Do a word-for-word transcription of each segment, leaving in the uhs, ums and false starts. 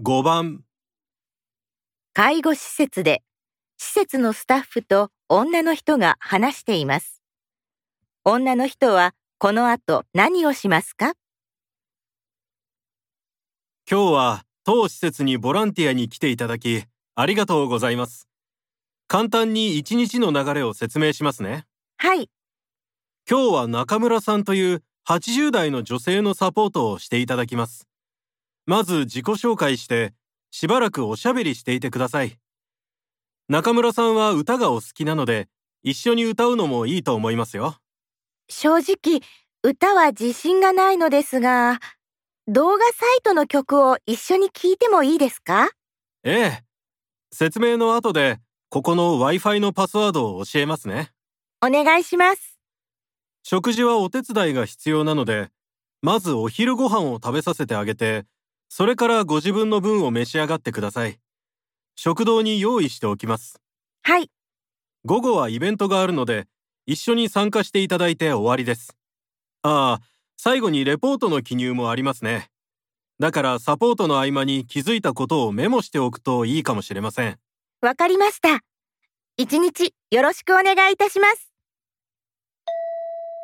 ごばん、 介護施設で、施設のスタッフと女の人が話しています。女の人はこの後何をしますか？ 今日は当施設にボランティアに来ていただき、ありがとうございます。簡単に一日の流れを説明しますね。 はい、 今日は中村さんというはちじゅう代の女性のサポートをしていただきます。まず自己紹介して、しばらくおしゃべりしていてください。中村さんは歌がお好きなので、一緒に歌うのもいいと思いますよ。 正直、歌は自信がないのですが、動画サイトの曲を一緒に聴いてもいいですか？ ええ。説明の後で、ここの Wi-Fi のパスワードを教えますね。 お願いします。 食事はお手伝いが必要なので、まずお昼ご飯を食べさせてあげて、それからご自分の分を召し上がってください。食堂に用意しておきます。 はい、 午後はイベントがあるので、一緒に参加していただいて終わりです。ああ、最後にレポートの記入もありますね。だからサポートの合間に気づいたことをメモしておくといいかもしれません。 わかりました。一日よろしくお願いいたします。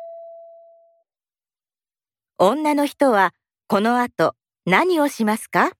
女の人はこの後何をしますか？